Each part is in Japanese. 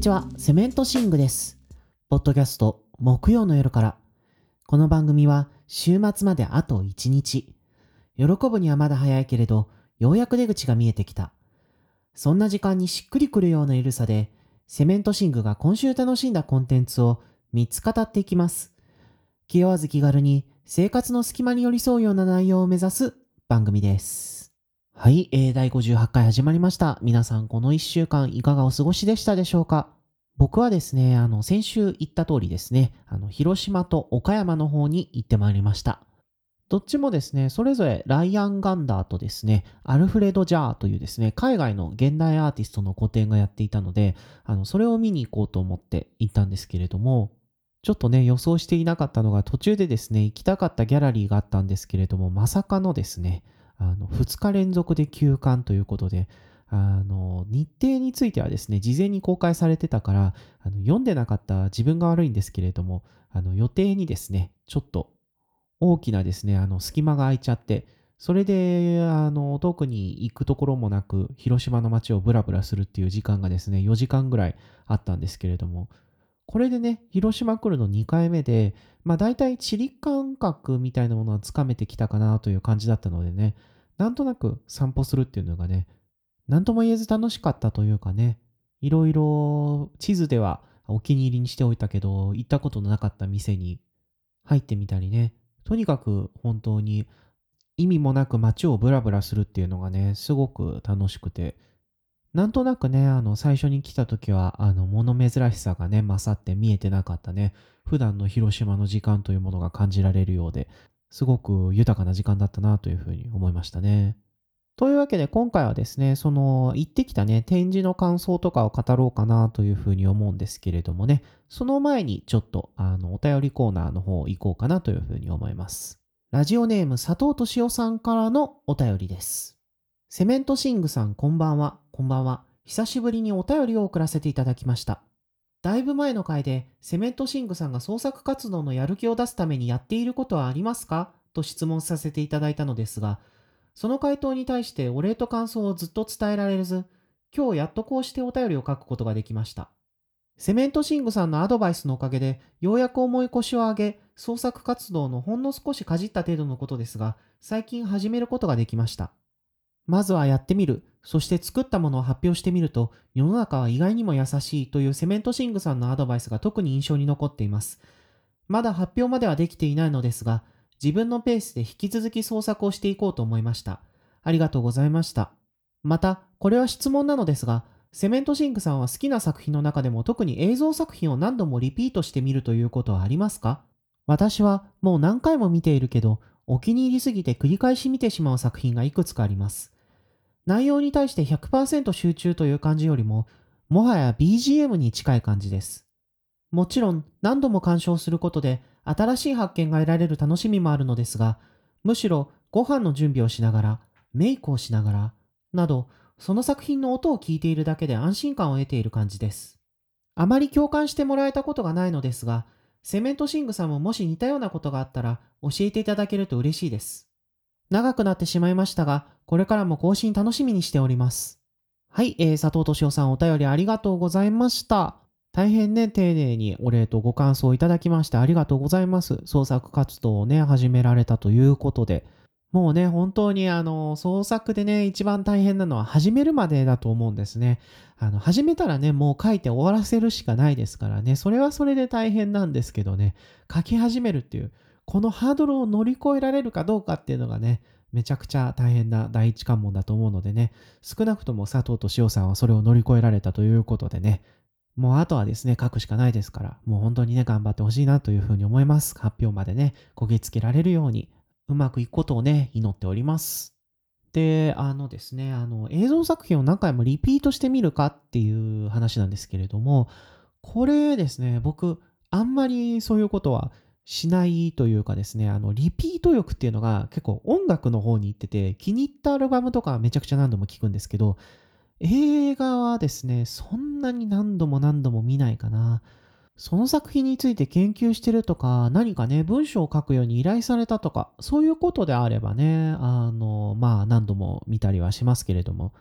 ちは、セメントシングです。ポッドキャスト、木曜の夜から。この番組は、週末まであと1日。喜ぶにはまだ早いけれど、ようやく出口が見えてきた。そんな時間にしっくりくるようなゆるさで、セメントシングが今週楽しんだコンテンツを3つ語っていきます。気負わず気軽に、生活の隙間に寄り添うような内容を目指す番組です。はい、第58回始まりました。皆さんこの1週間いかがお過ごしでしたでしょうか？僕はですね、先週言った通りですね、広島と岡山の方に行ってまいりました。どっちもですね、それぞれライアン・ガンダーとですね、アルフレド・ジャーというですね、海外の現代アーティストの個展がやっていたので、それを見に行こうと思って行ったんですけれども、ちょっとね、予想していなかったのが途中でですね、行きたかったギャラリーがあったんですけれども、まさかのですね、2日連続で休館ということで、日程についてはですね、事前に公開されてたから、読んでなかった自分が悪いんですけれども、予定にですね、ちょっと大きなですね、隙間が空いちゃって、それで、遠くに行くところもなく、広島の街をブラブラするっていう時間がですね、4時間ぐらいあったんですけれども、これでね、広島来るの2回目で、大体地理感覚みたいなものはつかめてきたかなという感じだったのでね、なんとなく散歩するっていうのがね、なんとも言えず楽しかったというかね、いろいろ地図ではお気に入りにしておいたけど、行ったことのなかった店に入ってみたりね、とにかく本当に意味もなく街をブラブラするっていうのがね、すごく楽しくて、なんとなくね、最初に来た時は、物珍しさがね、勝って見えてなかったね、普段の広島の時間というものが感じられるようで、すごく豊かな時間だったなというふうに思いましたね。というわけで今回はですね、その行ってきたね、展示の感想とかを語ろうかなというふうに思うんですけれどもね、その前にちょっとお便りコーナーの方行こうかなというふうに思います。ラジオネーム佐藤俊夫さんからのお便りです。セメントシングさんこんばんは、こんばんは。久しぶりにお便りを送らせていただきました。だいぶ前の回でセメントシングさんが創作活動のやる気を出すためにやっていることはありますかと質問させていただいたのですが、その回答に対してお礼と感想をずっと伝えられず、今日やっとこうしてお便りを書くことができました。セメントシングさんのアドバイスのおかげで、ようやく重い腰を上げ、創作活動のほんの少しかじった程度のことですが、最近始めることができました。まずはやってみる、そして作ったものを発表してみると、世の中は意外にも優しいというセメントシングさんのアドバイスが特に印象に残っています。まだ発表まではできていないのですが、自分のペースで引き続き創作をしていこうと思いました。ありがとうございました。また、これは質問なのですが、セメントシングさんは好きな作品の中でも特に映像作品を何度もリピートしてみるということはありますか？私はもう何回も見ているけど、お気に入りすぎて繰り返し見てしまう作品がいくつかあります。内容に対して100%集中という感じよりも、もはや BGM に近い感じです。もちろん何度も鑑賞することで新しい発見が得られる楽しみもあるのですが、むしろご飯の準備をしながら、メイクをしながら、など、その作品の音を聞いているだけで安心感を得ている感じです。あまり共感してもらえたことがないのですが、セメントシングさんももし似たようなことがあったら教えていただけると嬉しいです。長くなってしまいましたが、これからも更新楽しみにしております。はい、佐藤俊夫さんお便りありがとうございました。大変ね、丁寧にお礼とご感想いただきましてありがとうございます。創作活動をね、始められたということで。もうね、本当に創作でね、一番大変なのは始めるまでだと思うんですね。始めたらね、もう書いて終わらせるしかないですからね、それはそれで大変なんですけどね、書き始めるっていう、このハードルを乗り越えられるかどうかっていうのがね、めちゃくちゃ大変な第一関門だと思うのでね、少なくとも佐藤俊夫さんはそれを乗り越えられたということでね、もうあとはですね、書くしかないですから、もう本当にね、頑張ってほしいなというふうに思います。発表までね、こぎつけられるように、うまくいくことをね、祈っております。で、ですね、映像作品を何回もリピートしてみるかっていう話なんですけれども、これですね、僕、あんまりそういうことはしないというかですね、リピート欲っていうのが結構音楽の方に行ってて、気に入ったアルバムとかめちゃくちゃ何度も聴くんですけど、映画はですね、そんなに何度も何度も見ないかな。その作品について研究してるとか、何かね、文章を書くように依頼されたとか、そういうことであればね、何度も見たりはしますけれども、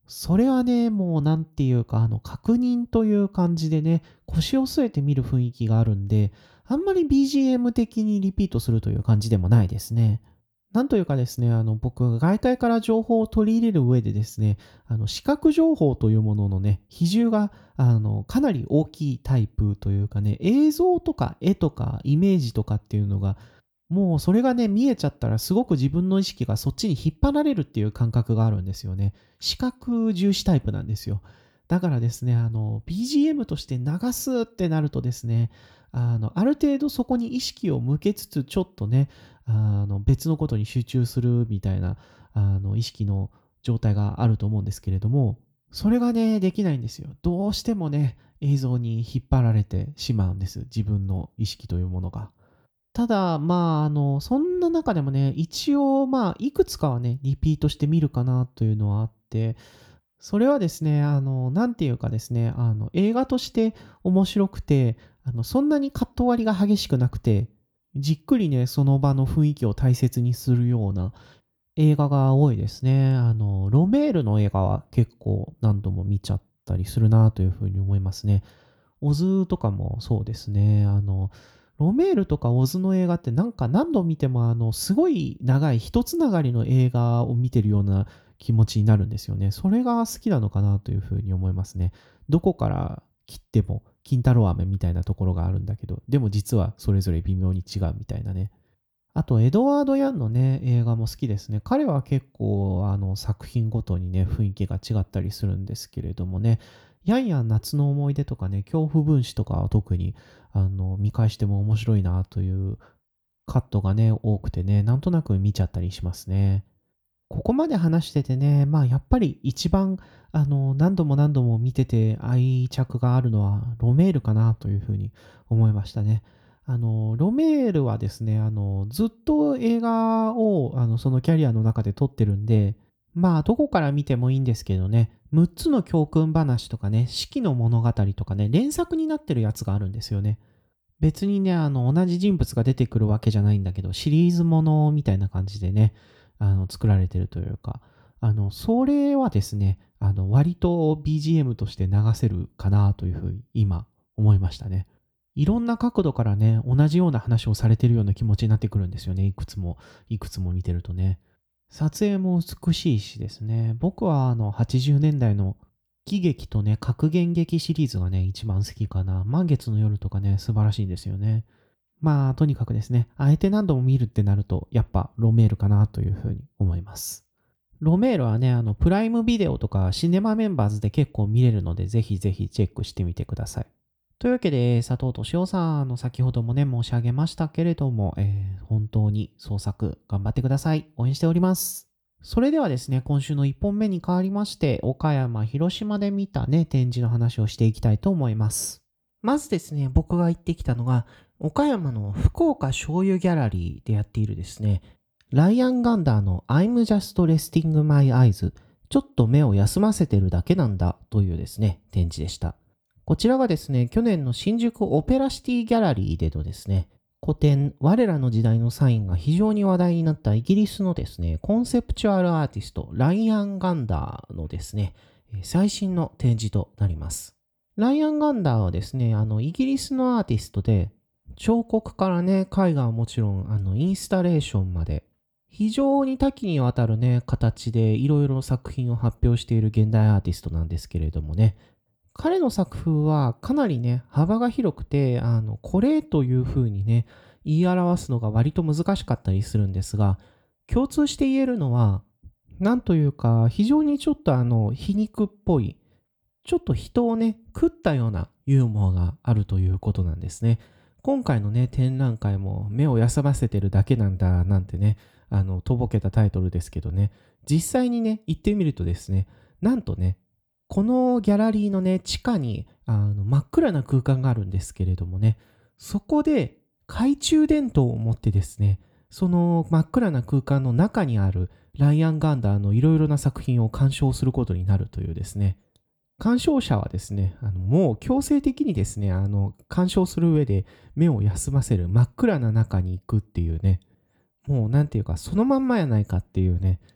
それはね、もうなんていうか、確認という感じでね、腰を据えて見る雰囲気があるんで、あんまり BGM 的にリピートするという感じでもないですね。なんというかですね、僕、外界から情報を取り入れる上でですね、視覚情報というもののね、比重が、かなり大きいタイプというかね、映像とか絵とかイメージとかっていうのが、もうそれがね、見えちゃったらすごく自分の意識がそっちに引っ張られるっていう感覚があるんですよね。視覚重視タイプなんですよ。だからですね、BGM として流すってなるとですね、ある程度そこに意識を向けつつ、ちょっとね、別のことに集中するみたいな、意識の状態があると思うんですけれども、それがね、できないんですよ。どうしてもね、映像に引っ張られてしまうんです。自分の意識というものが。ただ、そんな中でもね、一応、いくつかはね、リピートしてみるかなというのはあって、それはですね、なんていうかですね、映画として面白くて、そんなにカット割りが激しくなくて、じっくりね、その場の雰囲気を大切にするような映画が多いですね。ロメールの映画は結構何度も見ちゃったりするなというふうに思いますね。オズとかもそうですね。ロメールとかオズの映画ってなんか何度見てもすごい長い一つながりの映画を見てるような気持ちになるんですよね。それが好きなのかなというふうに思いますね。どこから切っても金太郎飴みたいなところがあるんだけど、でも実はそれぞれ微妙に違うみたいなね。あと、エドワード・ヤンのね、映画も好きですね。彼は結構、作品ごとにね、雰囲気が違ったりするんですけれどもね、ヤンヤン夏の思い出とかね、恐怖分子とかは特に、見返しても面白いなというカットがね、多くてね、なんとなく見ちゃったりしますね。ここまで話しててね、やっぱり一番、何度も何度も見てて愛着があるのはロメールかなというふうに思いましたね。ロメールはですね、ずっと映画を、そのキャリアの中で撮ってるんで、どこから見てもいいんですけどね、6つの教訓話とかね、四季の物語とかね、連作になってるやつがあるんですよね。別にね、同じ人物が出てくるわけじゃないんだけど、シリーズものみたいな感じでね、作られてるというか、それはですね、割と BGM として流せるかなというふうに今思いましたね。いろんな角度からね、同じような話をされてるような気持ちになってくるんですよね。いくつも見てるとね。撮影も美しいしですね。僕は80年代の喜劇とね、格言劇シリーズがね、一番好きかな。満月の夜とかね、素晴らしいんですよね。とにかくですね、あえて何度も見るってなると、やっぱロメールかなというふうに思います。ロメールはね、プライムビデオとかシネマメンバーズで結構見れるので、ぜひぜひチェックしてみてください。というわけで、佐藤俊夫さん先ほどもね、申し上げましたけれども、本当に創作頑張ってください。応援しております。それではですね、今週の1本目に変わりまして、岡山、広島で見たね、展示の話をしていきたいと思います。まずですね、僕が行ってきたのが、岡山の福岡醤油ギャラリーでやっているですね、ライアン・ガンダーの I'm just resting my eyes ちょっと目を休ませてるだけなんだというですね、展示でした。こちらがですね、去年の新宿オペラシティギャラリーでのですね、古典我らの時代のサインが非常に話題になったイギリスのですね、コンセプチュアルアーティスト、ライアン・ガンダーのですね、最新の展示となります。ライアン・ガンダーはですね、イギリスのアーティストで、彫刻からね、絵画はもちろん、インスタレーションまで、非常に多岐にわたるね、形でいろいろ作品を発表している現代アーティストなんですけれどもね、彼の作風はかなりね、幅が広くて、これというふうにね、言い表すのが割と難しかったりするんですが、共通して言えるのは、なんというか、非常にちょっと皮肉っぽい、ちょっと人をね、食ったようなユーモアがあるということなんですね。今回のね、展覧会も目を休ませてるだけなんだなんてね、とぼけたタイトルですけどね、実際にね、行ってみるとですね、なんとね、このギャラリーのね、地下に真っ暗な空間があるんですけれどもね、そこで懐中電灯を持ってですね、その真っ暗な空間の中にあるライアン・ガンダーのいろいろな作品を鑑賞することになるというですね、鑑賞者はですね、もう強制的にですね、鑑賞する上で目を休ませる真っ暗な中に行くっていうね、もうなんていうか、そのまんまやないかっていうね、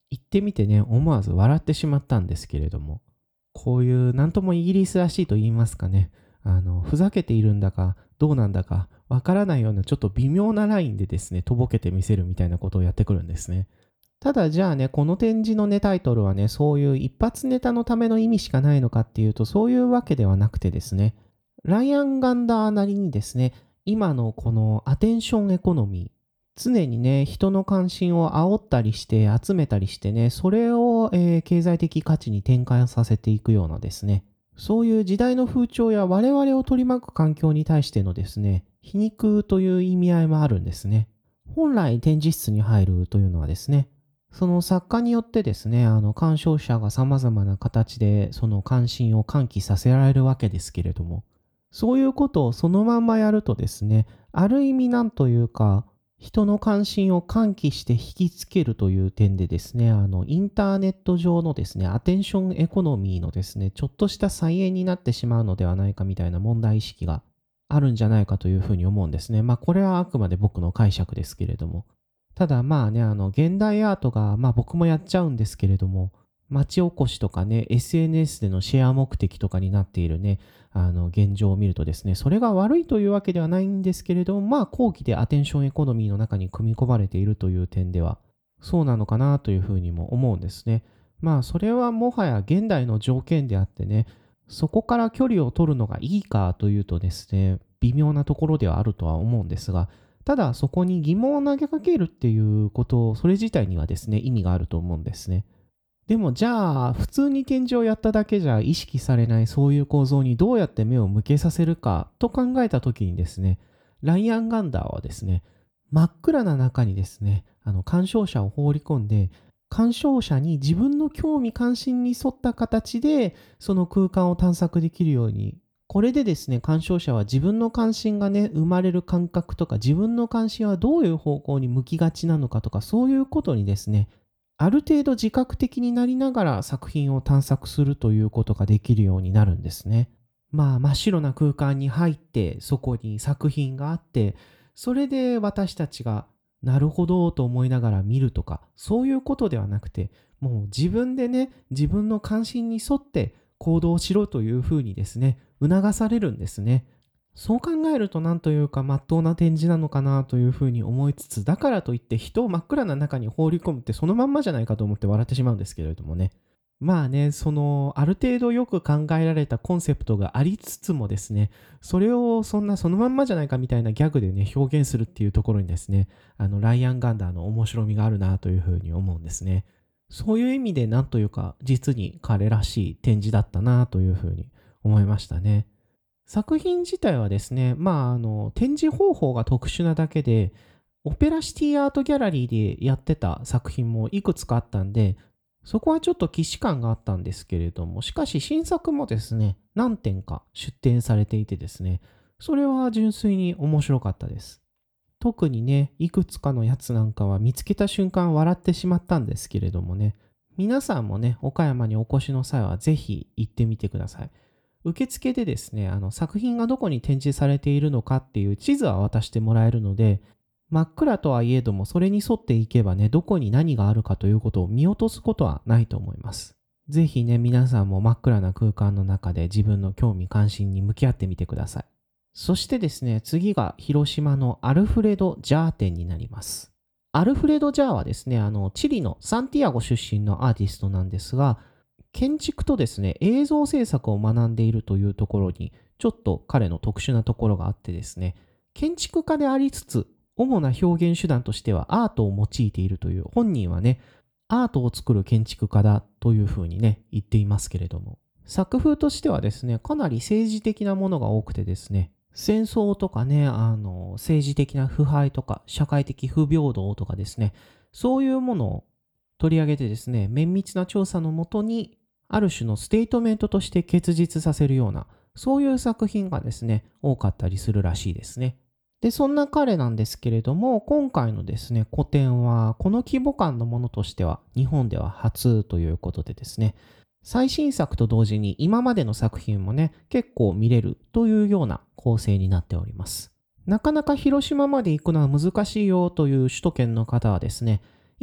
行ってみてね、思わず笑ってしまったんですけれども、こういうなんともイギリスらしいと言いますかね、ふざけているんだか、どうなんだか、わからないようなちょっと微妙なラインでですね、とぼけてみせるみたいなことをやってくるんですね。ただじゃあね、この展示のね、タイトルはね、そういう一発ネタのための意味しかないのかっていうと、そういうわけではなくてですね、ライアン・ガンダーなりにですね、今のこのアテンションエコノミー、常にね、人の関心を煽ったりして集めたりしてね、それを、経済的価値に転換させていくようなですね、そういう時代の風潮や我々を取り巻く環境に対してのですね、皮肉という意味合いもあるんですね。本来展示室に入るというのはですね、その作家によってですね、鑑賞者が様々な形でその関心を喚起させられるわけですけれども、そういうことをそのまんまやるとですね、ある意味なんというか、人の関心を喚起して引きつけるという点でですね、インターネット上のですね、アテンションエコノミーのですね、ちょっとした再現になってしまうのではないかみたいな問題意識があるんじゃないかというふうに思うんですね。まあ、これはあくまで僕の解釈ですけれども。ただまあね、現代アートが、まあ僕もやっちゃうんですけれども、街おこしとかね、SNS でのシェア目的とかになっているね、現状を見るとですね、それが悪いというわけではないんですけれども、まあ後期でアテンションエコノミーの中に組み込まれているという点では、そうなのかなというふうにも思うんですね。まあそれはもはや現代の条件であってね、そこから距離を取るのがいいかというとですね、微妙なところではあるとは思うんですが、ただそこに疑問を投げかけるっていうこと、それ自体にはですね、意味があると思うんですね。でもじゃあ、普通に展示をやっただけじゃ意識されないそういう構造にどうやって目を向けさせるかと考えたときにですね、ライアン・ガンダーはですね、真っ暗な中にですね、鑑賞者を放り込んで、鑑賞者に自分の興味関心に沿った形で、その空間を探索できるように、これでですね、鑑賞者は自分の関心がね、生まれる感覚とか、自分の関心はどういう方向に向きがちなのかとか、そういうことにですね、ある程度自覚的になりながら作品を探索するということができるようになるんですね。まあ真っ白な空間に入ってそこに作品があってそれで私たちがなるほどと思いながら見るとかそういうことではなくてもう自分でね自分の関心に沿って行動しろというふうにですね促されるんですね。そう考えるとなんというか真っ当な展示なのかなというふうに思いつつだからといって人を真っ暗な中に放り込むってそのまんまじゃないかと思って笑ってしまうんですけれどもね。まあね、ある程度よく考えられたコンセプトがありつつもですね、それをそのまんまじゃないかみたいなギャグでね、表現するっていうところにですね、ライアン・ガンダーの面白みがあるなというふうに思うんですね。そういう意味でなんというか、実に彼らしい展示だったなというふうに思いましたね。作品自体はですね、展示方法が特殊なだけで、オペラシティアートギャラリーでやってた作品もいくつかあったんで、そこはちょっと既視感があったんですけれども、しかし新作もですね、何点か出展されていてですね、それは純粋に面白かったです。特にね、いくつかのやつなんかは見つけた瞬間笑ってしまったんですけれどもね、皆さんもね、岡山にお越しの際はぜひ行ってみてください。受付でですね、作品がどこに展示されているのかっていう地図は渡してもらえるので、真っ暗とはいえども、それに沿っていけばね、どこに何があるかということを見落とすことはないと思います。ぜひね、皆さんも真っ暗な空間の中で自分の興味関心に向き合ってみてください。そしてですね、次が広島のアルフレド・ジャー展になります。アルフレド・ジャーはですね、チリのサンティアゴ出身のアーティストなんですが、建築とですね、映像制作を学んでいるというところに、ちょっと彼の特殊なところがあってですね、建築家でありつつ、主な表現手段としてはアートを用いているという、本人はね、アートを作る建築家だというふうにね、言っていますけれども、作風としてはですね、かなり政治的なものが多くてですね、戦争とかね、政治的な腐敗とか、社会的不平等とかですね、そういうものを取り上げてですね、綿密な調査のもとに、ある種のステートメントとして結実させるような、そういう作品がですね、多かったりするらしいですね。で、そんな彼なんですけれども、今回のですね、個展は、この規模感のものとしては、日本では初ということでですね、最新作と同時に今までの作品もね、結構見れるというような構成になっております。なかなか広島まで行くのは難しいよという首都圏の方はですね、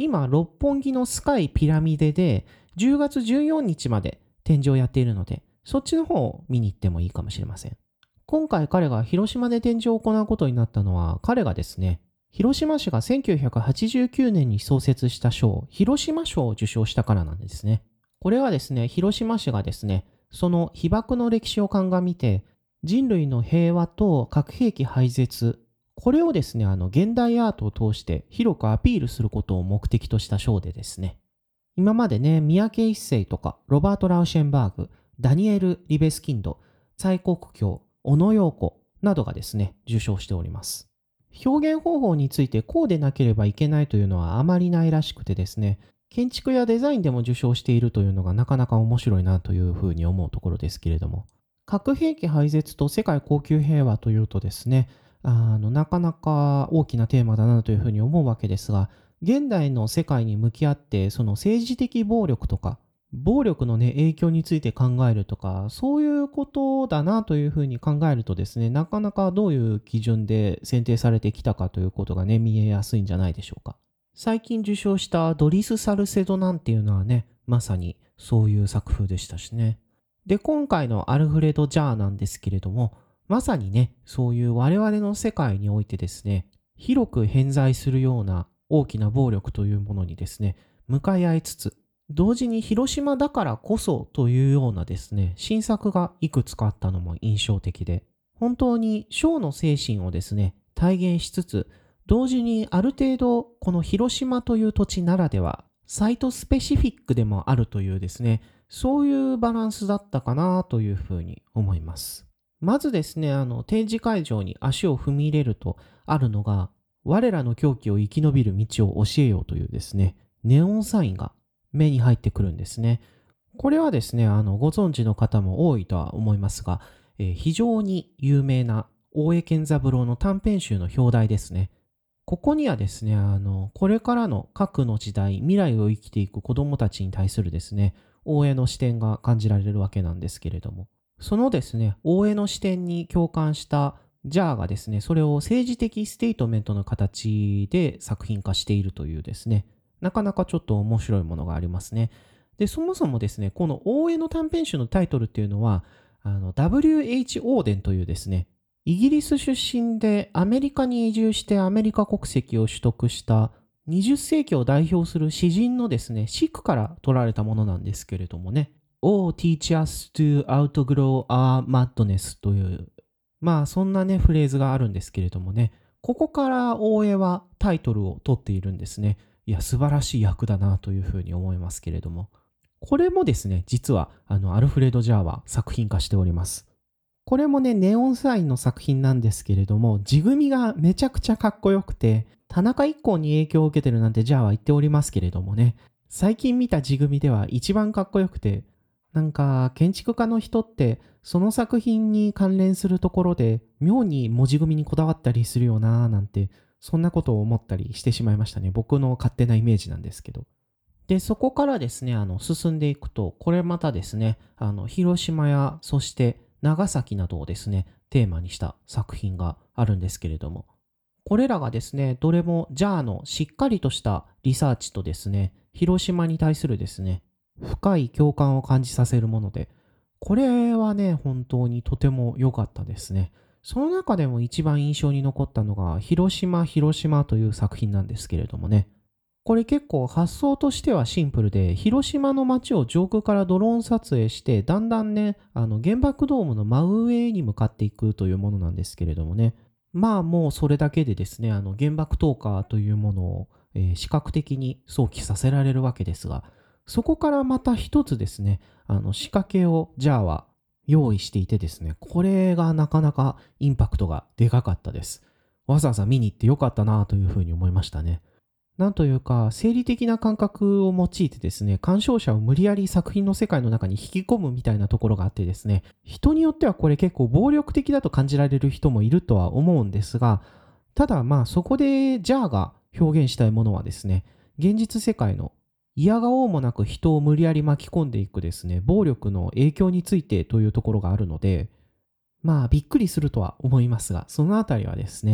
今、六本木のスカイピラミデで10月14日まで展示をやっているので、そっちの方を見に行ってもいいかもしれません。今回彼が広島で展示を行うことになったのは、彼がですね、広島市が1989年に創設した賞、広島賞を受賞したからなんですね。これはですね、広島市がですね、その被爆の歴史を鑑みて、人類の平和と核兵器廃絶、これをですね、現代アートを通して広くアピールすることを目的とした賞でですね、今までね、三宅一生とか、ロバート・ラウシェンバーグ、ダニエル・リベスキンド、蔡國強、小野陽子などがですね、受賞しております。表現方法についてこうでなければいけないというのはあまりないらしくてですね、建築やデザインでも受賞しているというのがなかなか面白いなというふうに思うところですけれども、核兵器廃絶と世界恒久平和というとですね、なかなか大きなテーマだなというふうに思うわけですが、現代の世界に向き合って、その政治的暴力とか、暴力のね、影響について考えるとか、そういうことだなというふうに考えるとですね、なかなかどういう基準で選定されてきたかということがね、見えやすいんじゃないでしょうか。最近受賞したドリス・サルセドなんていうのはね、まさにそういう作風でしたしね。で、今回のアルフレド・ジャーなんですけれども、まさにね、そういう我々の世界においてですね、広く偏在するような大きな暴力というものにですね、向かい合いつつ、同時に広島だからこそというようなですね、新作がいくつかあったのも印象的で、本当にショーの精神をですね、体現しつつ、同時にある程度この広島という土地ならでは、サイトスペシフィックでもあるというですね、そういうバランスだったかなというふうに思います。まずですね、展示会場に足を踏み入れるとあるのが、我らの狂気を生き延びる道を教えようというですね、ネオンサインが目に入ってくるんですね。これはですね、ご存知の方も多いとは思いますが、非常に有名な大江健三郎の短編集の表題ですね。ここにはですね、これからの核の時代、未来を生きていく子供たちに対するですね、大江の視点が感じられるわけなんですけれども、そのですね、大江の視点に共感したジャーがですね、それを政治的ステートメントの形で作品化しているというですね、なかなかちょっと面白いものがありますね。で、そもそもですね、この大江の短編集のタイトルっていうのは、W.H. オーデンというですね、イギリス出身でアメリカに移住してアメリカ国籍を取得した20世紀を代表する詩人のですね、シックから取られたものなんですけれどもね、Oh, teach us to outgrow our madness という、まあそんなね、フレーズがあるんですけれどもね、ここから大江はタイトルを取っているんですね。いや、素晴らしい役だなというふうに思いますけれども。これもですね、実はアルフレド・ジャーは作品化しております。これもね、ネオンサインの作品なんですけれども、地組みがめちゃくちゃかっこよくて、田中一行に影響を受けてるなんてジャーは言っておりますけれどもね、最近見た地組みでは一番かっこよくて、なんか建築家の人ってその作品に関連するところで妙に文字組みにこだわったりするよなぁなんて、そんなことを思ったりしてしまいましたね。僕の勝手なイメージなんですけど。で、そこからですね、進んでいくと、これまたですね、広島や、そして長崎などをですね、テーマにした作品があるんですけれども、これらがですね、どれもジャーのしっかりとしたリサーチとですね、広島に対するですね、深い共感を感じさせるもので、これはね、本当にとても良かったですね。その中でも一番印象に残ったのが、広島、広島という作品なんですけれどもね、これ結構発想としてはシンプルで、広島の街を上空からドローン撮影して、だんだんね、原爆ドームの真上に向かっていくというものなんですけれどもね。まあもうそれだけでですね、原爆投下というものを、視覚的に想起させられるわけですが、そこからまた一つですね、仕掛けをジャーは用意していてですね、これがなかなかインパクトがでかかったです。わざわざ見に行ってよかったなというふうに思いましたね。なんというか、生理的な感覚を用いてですね、鑑賞者を無理やり作品の世界の中に引き込むみたいなところがあってですね、人によってはこれ結構暴力的だと感じられる人もいるとは思うんですが、ただまあそこでジャーが表現したいものはですね、現実世界の嫌がおうもなく人を無理やり巻き込んでいくですね、暴力の影響についてというところがあるので、まあびっくりするとは思いますが、そのあたりはですね、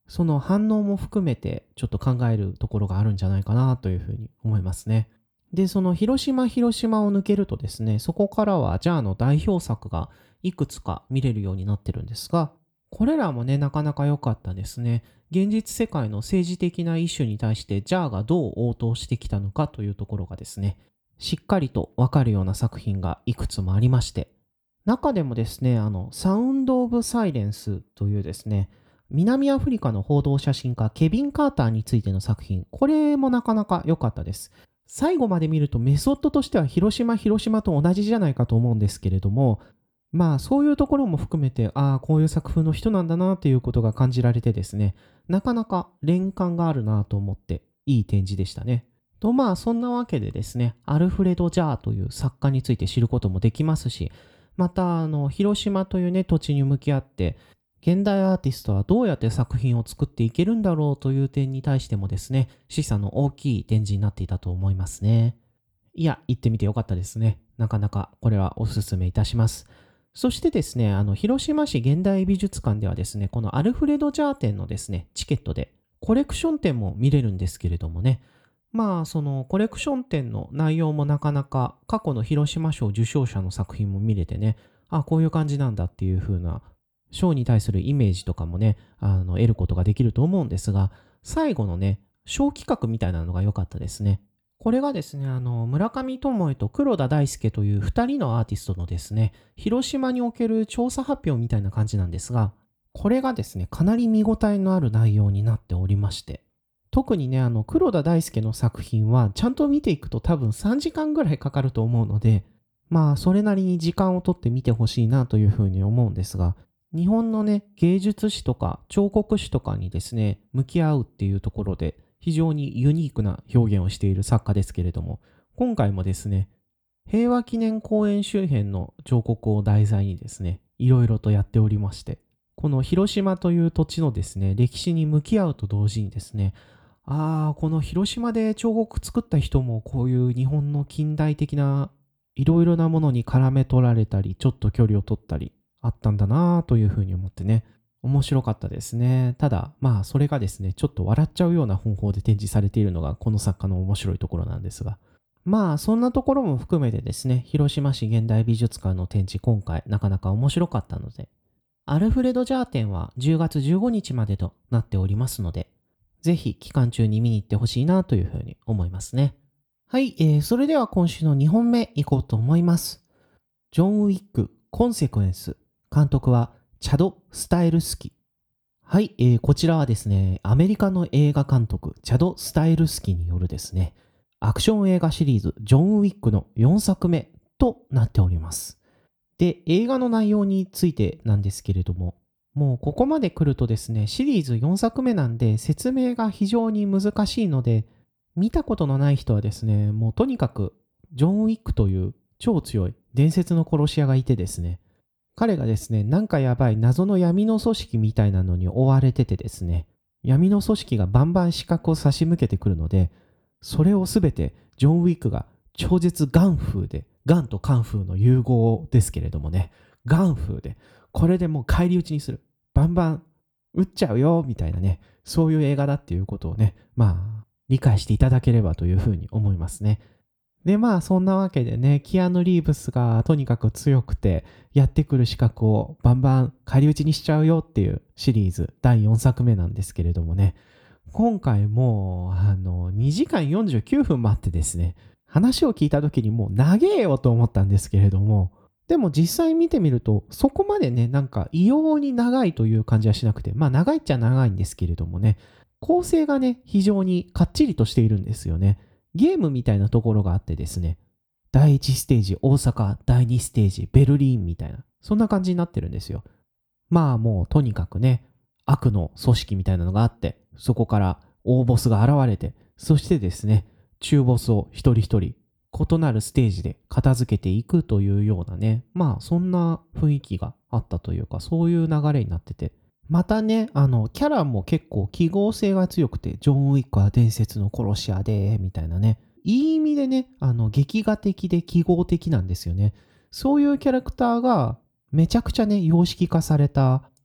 その反応も含めてちょっと考えるところがあるんじゃないかなというふうに思いますね。で、その広島を抜けるとですね、そこからはジャーの代表作がいくつか見れるようになってるんですが、これらもね、なかなか良かったですね。現実世界の政治的なイシュに対してジャーがどう応答してきたのかというところがですね、しっかりとわかるような作品がいくつもありまして、中でもですね、サウンド・オブ・サイレンスというですね、南アフリカの報道写真家ケビン・カーターについての作品、これもなかなか良かったです。最後まで見るとメソッドとしては広島と同じじゃないかと思うんですけれども、まあそういうところも含めて、ああ、こういう作風の人なんだなということが感じられてですね、なかなか連関があるなと思っていい展示でしたね。とまあそんなわけでですね、アルフレド・ジャーという作家について知ることもできますし、また広島というね土地に向き合って現代アーティストはどうやって作品を作っていけるんだろうという点に対してもですね、示唆の大きい展示になっていたと思いますね。いや、行ってみてよかったですね。なかなかこれはお勧めいたします。そしてですね、広島市現代美術館ではですね、このアルフレド・ジャー展のですね、チケットでコレクション展も見れるんですけれどもね、まあ、そのコレクション展の内容もなかなか過去の広島賞受賞者の作品も見れてね、あ、こういう感じなんだっていう風な賞に対するイメージとかもね、得ることができると思うんですが、最後のね、小企画みたいなのが良かったですね。これがですね、村上智恵と黒田大輔という2人のアーティストのですね、広島における調査発表みたいな感じなんですが、これがですね、かなり見応えのある内容になっておりまして、特にね、黒田大輔の作品は、ちゃんと見ていくと多分3時間ぐらいかかると思うので、まあ、それなりに時間をとって見てほしいなというふうに思うんですが、日本のね、芸術史とか彫刻史とかにですね、向き合うっていうところで、非常にユニークな表現をしている作家ですけれども、今回もですね、平和記念公園周辺の彫刻を題材にですね、いろいろとやっておりまして、この広島という土地のですね、歴史に向き合うと同時にですね、ああ、この広島で彫刻作った人もこういう日本の近代的ないろいろなものに絡め取られたり、ちょっと距離を取ったりあったんだなというふうに思ってね、面白かったですね。ただ、まあそれがですね、ちょっと笑っちゃうような方法で展示されているのがこの作家の面白いところなんですが、まあそんなところも含めてですね、広島市現代美術館の展示今回なかなか面白かったので、アルフレド・ジャー展は10月15日までとなっておりますので、ぜひ期間中に見に行ってほしいなというふうに思いますね。はい、それでは今週の2本目行こうと思います。ジョン・ウィック、コンセクエンス。監督はチャド・スタイルスキ。はい、こちらはですね、アメリカの映画監督、チャド・スタイルスキによるですね、アクション映画シリーズ、ジョン・ウィックの4作目となっております。で、映画の内容についてなんですけれども、もうここまで来るとですね、シリーズ4作目なんで説明が非常に難しいので、見たことのない人はですね、もうとにかくジョン・ウィックという超強い伝説の殺し屋がいてですね、彼がですね、なんかやばい謎の闇の組織みたいなのに追われててですね、闇の組織がバンバン視覚を差し向けてくるので、それをすべてジョン・ウィックが超絶ガン風で、ガンとカンフーの融合ですけれどもね、ガン風で、これでもう返り討ちにする。バンバン撃っちゃうよ、みたいなね、そういう映画だっていうことをね、まあ、理解していただければというふうに思いますね。で、まあ、そんなわけでね、キアヌ・リーブスがとにかく強くて、やってくる資格をバンバン返り討ちにしちゃうよっていうシリーズ第4作目なんですけれどもね、今回も2時間49分待ってですね、話を聞いた時にもう長えよと思ったんですけれども、でも実際見てみると、そこまでね、なんか異様に長いという感じはしなくて、まあ長いっちゃ長いんですけれどもね、構成がね、非常にかっちりとしているんですよね。ゲームみたいなところがあってですね、第1ステージ大阪、第2ステージベルリンみたいな、そんな感じになってるんですよ。まあもうとにかくね、悪の組織みたいなのがあって、そこから大ボスが現れて、そしてですね、中ボスを一人一人異なるステージで片付けていくというようなね、まあそんな雰囲気があったというか、そういう流れになってて、またね、キャラも結構記号性が強くて、ジョン・ウィックは伝説の殺し屋で、みたいなね、いい意味でね、劇画的で記号的なんですよね。そういうキャラクターがめちゃくちゃね、様式化された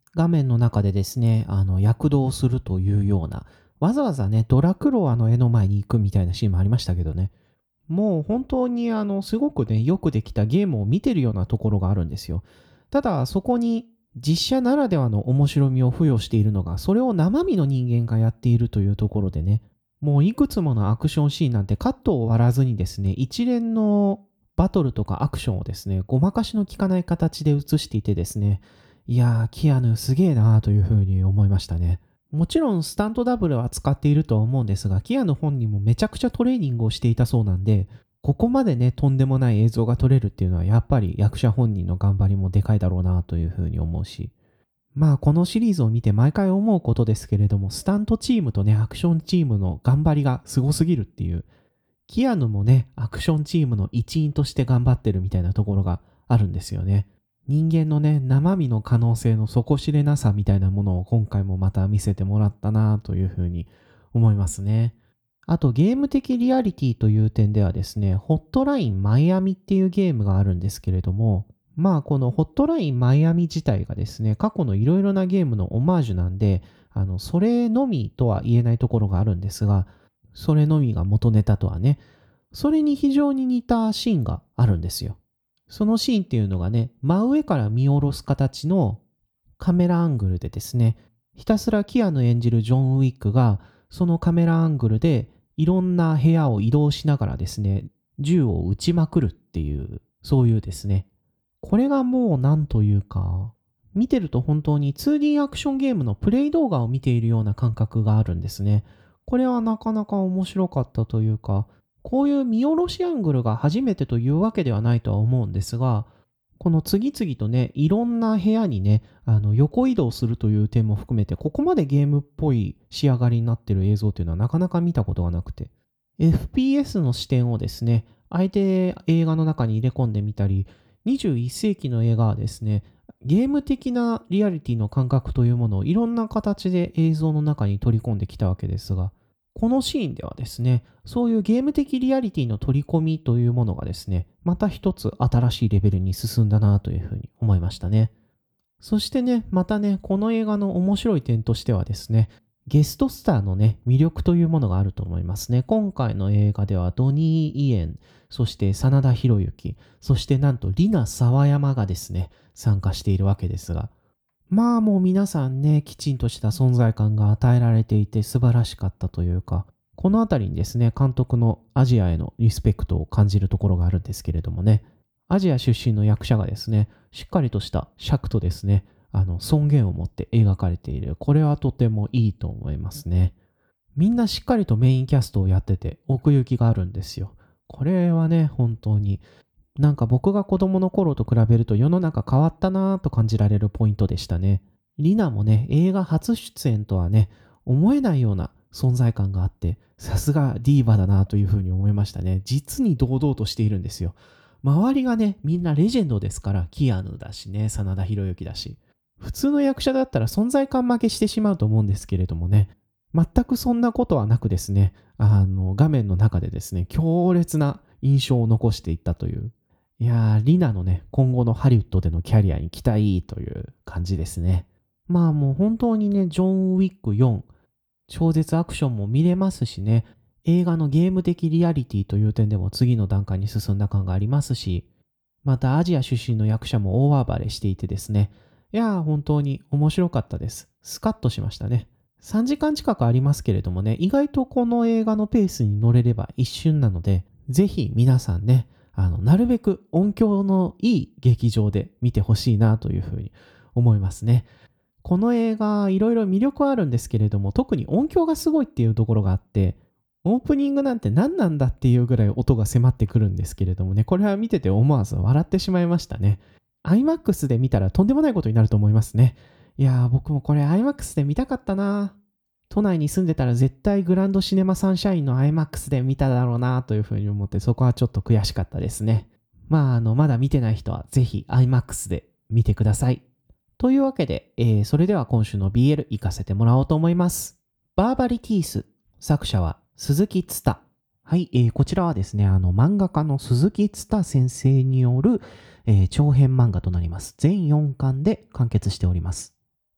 画面の中でですね、躍動するというような、わざわざね、ドラクロワの絵の前に行くみたいなシーンもありましたけどね。もう本当にすごくね、よくできたゲームを見てるようなところがあるんですよ。ただ、そこに実写ならではの面白みを付与しているのが、それを生身の人間がやっているというところでね、もういくつものアクションシーンなんてカットを割らずにですね、一連のバトルとかアクションをですね、ごまかしの効かない形で映していてですね、いやー、キアヌすげえなーというふうに思いましたね。もちろんスタントダブルは使っているとは思うんですが、キアヌ本人もめちゃくちゃトレーニングをしていたそうなんで、ここまでね、とんでもない映像が撮れるっていうのは、やっぱり役者本人の頑張りもでかいだろうなというふうに思うし、まあこのシリーズを見て毎回思うことですけれども、スタントチームとね、アクションチームの頑張りがすごすぎるっていう、キアヌもね、アクションチームの一員として頑張ってるみたいなところがあるんですよね。人間のね、生身の可能性の底知れなさみたいなものを今回もまた見せてもらったなというふうに思いますね。あとゲーム的リアリティという点ではですね、ホットラインマイアミっていうゲームがあるんですけれども、まあこのホットラインマイアミ自体がですね、過去のいろいろなゲームのオマージュなんで、それのみとは言えないところがあるんですが、それのみが元ネタとはね、それに非常に似たシーンがあるんですよ。そのシーンっていうのがね、真上から見下ろす形のカメラアングルでですね、ひたすらキアヌ演じるジョン・ウィックが、そのカメラアングルでいろんな部屋を移動しながらですね、銃を撃ちまくるっていう、そういうですね、これがもうなんというか、見てると本当に 2D アクションゲームのプレイ動画を見ているような感覚があるんですね。これはなかなか面白かったというか、こういう見下ろしアングルが初めてというわけではないとは思うんですが、この次々とね、いろんな部屋にね、横移動するという点も含めて、ここまでゲームっぽい仕上がりになってる映像っていうのはなかなか見たことがなくて、FPS の視点をですね、相手映画の中に入れ込んでみたり、21世紀の映画はですね、ゲーム的なリアリティの感覚というものをいろんな形で映像の中に取り込んできたわけですが、このシーンではですね、そういうゲーム的リアリティの取り込みというものがですね、また一つ新しいレベルに進んだなというふうに思いましたね。そしてね、またね、この映画の面白い点としてはですね、ゲストスターのね、魅力というものがあると思いますね。今回の映画ではドニー・イエン、そして真田広之、そしてなんとリナ・沢山がですね、参加しているわけですが、まあもう皆さんね、きちんとした存在感が与えられていて素晴らしかったというか、このあたりにですね、監督のアジアへのリスペクトを感じるところがあるんですけれどもね、アジア出身の役者がですね、しっかりとした尺とですね、尊厳を持って描かれている。これはとてもいいと思いますね。みんなしっかりとメインキャストをやってて奥行きがあるんですよ。これはね、本当になんか僕が子供の頃と比べると世の中変わったなぁと感じられるポイントでしたね。リナもね、映画初出演とはね、思えないような存在感があって、さすがディーバだなというふうに思いましたね。実に堂々としているんですよ。周りがね、みんなレジェンドですから、キアヌだしね、真田広之だし。普通の役者だったら存在感負けしてしまうと思うんですけれどもね、全くそんなことはなくですね、画面の中でですね、強烈な印象を残していったという。いやー、リナのね、今後のハリウッドでのキャリアに期待という感じですね。まあもう本当にね、ジョン・ウィック4、超絶アクションも見れますしね、映画のゲーム的リアリティという点でも次の段階に進んだ感がありますし、またアジア出身の役者も大暴れしていてですね、いやー本当に面白かったです。スカッとしましたね。3時間近くありますけれどもね、意外とこの映画のペースに乗れれば一瞬なので、ぜひ皆さんね、なるべく音響のいい劇場で見てほしいなというふうに思いますね。この映画、いろいろ魅力はあるんですけれども、特に音響がすごいっていうところがあって、オープニングなんて何なんだっていうぐらい音が迫ってくるんですけれどもね、これは見てて思わず笑ってしまいましたね。IMAX で見たらとんでもないことになると思いますね。いやー、僕もこれ IMAX で見たかったな。都内に住んでたら絶対グランドシネマサンシャインの IMAX で見ただろうなというふうに思って、そこはちょっと悔しかったですね。まあ、まだ見てない人はぜひ IMAX で見てください。というわけで、それでは今週の BL 行かせてもらおうと思います。バーバリティース。作者は鈴木つた。はい、こちらはですね、漫画家の鈴木つた先生による、長編漫画となります。全4巻で完結しております。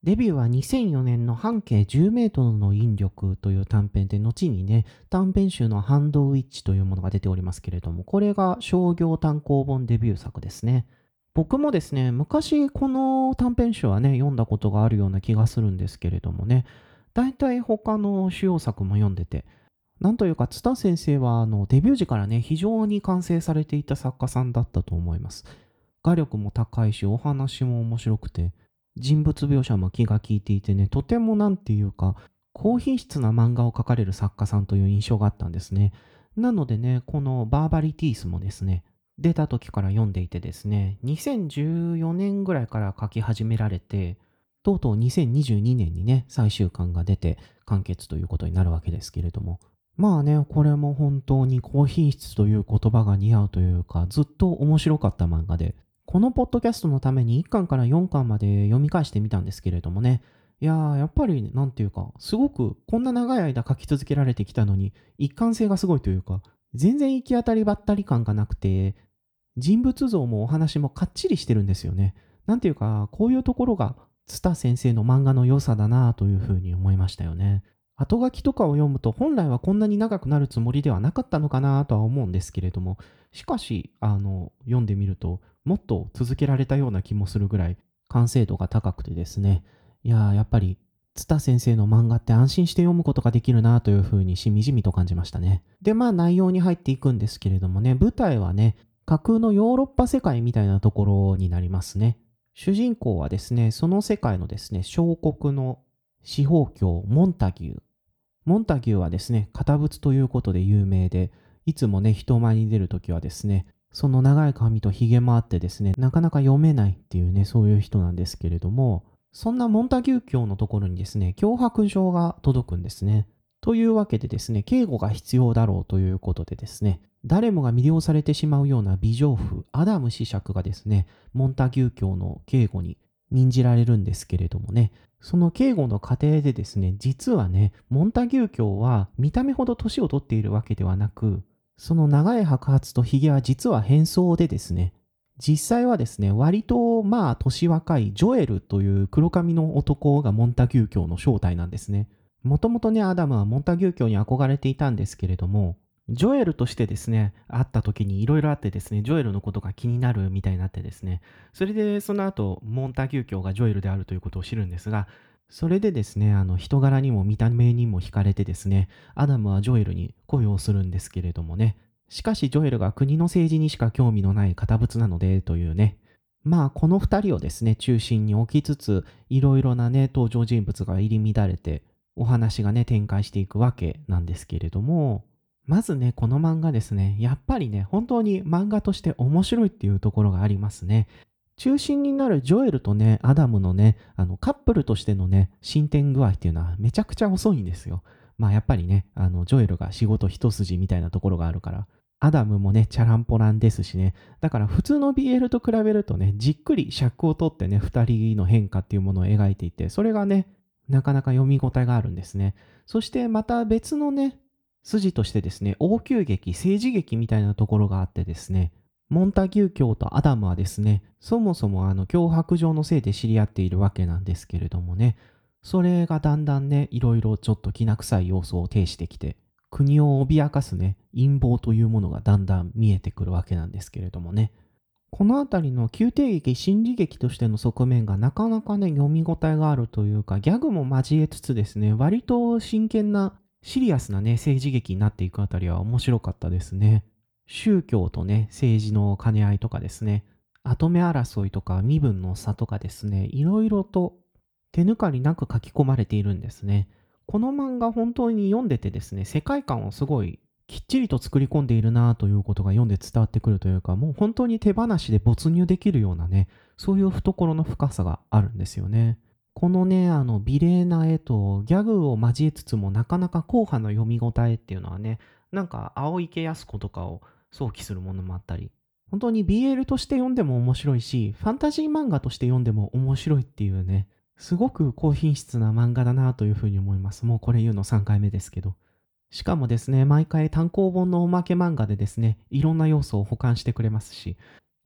デビューは2004年の半径10メートルの引力という短編で、後にね、短編集のハンドウィッチというものが出ておりますけれども、これが商業単行本デビュー作ですね。僕もですね、昔この短編集はね、読んだことがあるような気がするんですけれどもね、大体他の主要作も読んでて、なんというか、津田先生はデビュー時からね、非常に完成されていた作家さんだったと思います。画力も高いし、お話も面白くて、人物描写も気が利いていてね、とてもなんていうか、高品質な漫画を描かれる作家さんという印象があったんですね。なのでね、このバーバリティースもですね、出た時から読んでいてですね、2014年ぐらいから書き始められて、とうとう2022年にね、最終巻が出て完結ということになるわけですけれども、まあね、これも本当に高品質という言葉が似合うというか、ずっと面白かった漫画で、このポッドキャストのために1巻から4巻まで読み返してみたんですけれどもね、いやー、やっぱりなんていうか、すごくこんな長い間書き続けられてきたのに、一貫性がすごいというか、全然行き当たりばったり感がなくて、人物像もお話もかっちりしてるんですよね。なんていうか、こういうところが、ツタ先生の漫画の良さだなというふうに思いましたよね。後書きとかを読むと、本来はこんなに長くなるつもりではなかったのかなとは思うんですけれども、しかし、読んでみると、もっと続けられたような気もするぐらい、完成度が高くてですね。いやー、やっぱり、ツタ先生の漫画って安心して読むことができるなというふうにしみじみと感じましたね。で、まあ内容に入っていくんですけれどもね、舞台はね、架空のヨーロッパ世界みたいなところになりますね。主人公はですね、その世界のですね、小国の司法卿モンタギュー。モンタギューはですね、堅物ということで有名で、いつもね、人前に出るときはですね、その長い髪と髭もあってですね、なかなか読めないっていうね、そういう人なんですけれども、そんなモンタギュー卿のところにですね、脅迫状が届くんですね。というわけでですね、警護が必要だろうということでですね、誰もが魅了されてしまうような美丈夫、アダム子爵がですね、モンタギュー卿の警護に任じられるんですけれどもね、その警護の過程でですね、実はね、モンタギュー卿は見た目ほど年を取っているわけではなく、その長い白髪と髭は実は変装でですね、実際はですね、割とまあ年若いジョエルという黒髪の男がモンタギュー卿の正体なんですね。もともとね、アダムはモンタギュー卿に憧れていたんですけれども、ジョエルとしてですね、会った時にいろいろあってですね、ジョエルのことが気になるみたいになってですね、それでその後、モンタギュー卿がジョエルであるということを知るんですが、それでですね、人柄にも見た目にも惹かれてですね、アダムはジョエルに恋をするんですけれどもね、しかしジョエルが国の政治にしか興味のない堅物なのでというね、まあこの二人をですね、中心に置きつつ、いろいろなね、登場人物が入り乱れて、お話がね、展開していくわけなんですけれども、まずね、この漫画ですね、やっぱりね、本当に漫画として面白いっていうところがありますね。中心になるジョエルとね、アダムのね、カップルとしてのね、進展具合っていうのはめちゃくちゃ遅いんですよ。まあやっぱりね、ジョエルが仕事一筋みたいなところがあるから、アダムもね、チャランポランですしね、だから普通の BL と比べるとね、じっくり尺を取ってね、二人の変化っていうものを描いていて、それがね、なかなか読み応えがあるんですね。そしてまた別のね、筋としてですね、王宮劇、政治劇みたいなところがあってですね、モンタギュー卿とアダムはですね、そもそも脅迫状のせいで知り合っているわけなんですけれどもね、それがだんだんね、いろいろちょっときな臭い要素を呈してきて、国を脅かすね、陰謀というものがだんだん見えてくるわけなんですけれどもね。このあたりの宮廷劇、心理劇としての側面がなかなかね、読み応えがあるというか、ギャグも交えつつですね、割と真剣な、シリアスなね、政治劇になっていくあたりは面白かったですね。宗教とね、政治の兼ね合いとかですね、跡目争いとか身分の差とかですね、いろいろと手抜かりなく書き込まれているんですね。この漫画本当に読んでてですね、世界観をすごいきっちりと作り込んでいるなということが読んで伝わってくるというか、もう本当に手放しで没入できるようなね、そういう懐の深さがあるんですよね。このね、美麗な絵とギャグを交えつつもなかなか硬派な読み応えっていうのはね、なんか青池康子とかを想起するものもあったり、本当に BL として読んでも面白いし、ファンタジー漫画として読んでも面白いっていうね、すごく高品質な漫画だなというふうに思います。もうこれ言うの3回目ですけど。しかもですね、毎回単行本のおまけ漫画でですね、いろんな要素を補完してくれますし、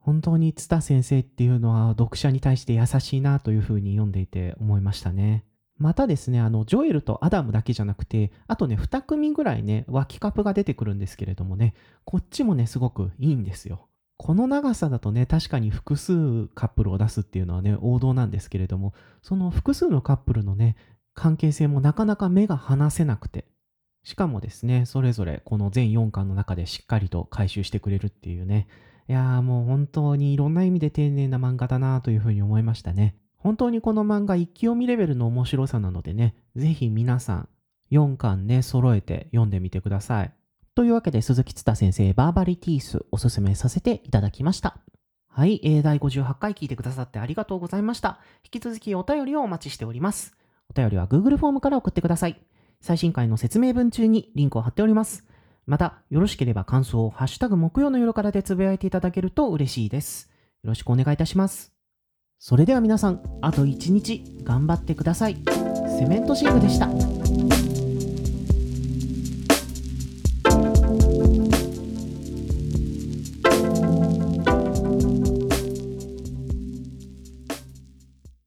本当に津田先生っていうのは読者に対して優しいなというふうに読んでいて思いましたね。またですね、ジョエルとアダムだけじゃなくて、あとね、2組ぐらいね、脇カップが出てくるんですけれどもね、こっちもね、すごくいいんですよ。この長さだとね、確かに複数カップルを出すっていうのはね、王道なんですけれども、その複数のカップルのね、関係性もなかなか目が離せなくて、しかもですね、それぞれこの全4巻の中でしっかりと回収してくれるっていうね、いやーもう本当にいろんな意味で丁寧な漫画だなというふうに思いましたね。本当にこの漫画一気読みレベルの面白さなのでね、ぜひ皆さん4巻ね、揃えて読んでみてください。というわけで鈴木津田先生バーバリティースおすすめさせていただきました。はい、第58回聞いてくださってありがとうございました。引き続きお便りをお待ちしております。お便りは Google フォームから送ってください。最新回の説明文中にリンクを貼っております。また、よろしければ感想をハッシュタグ木曜の夜からでつぶやいていただけると嬉しいです。よろしくお願いいたします。それでは皆さん、あと1日頑張ってください。セメントシングでした。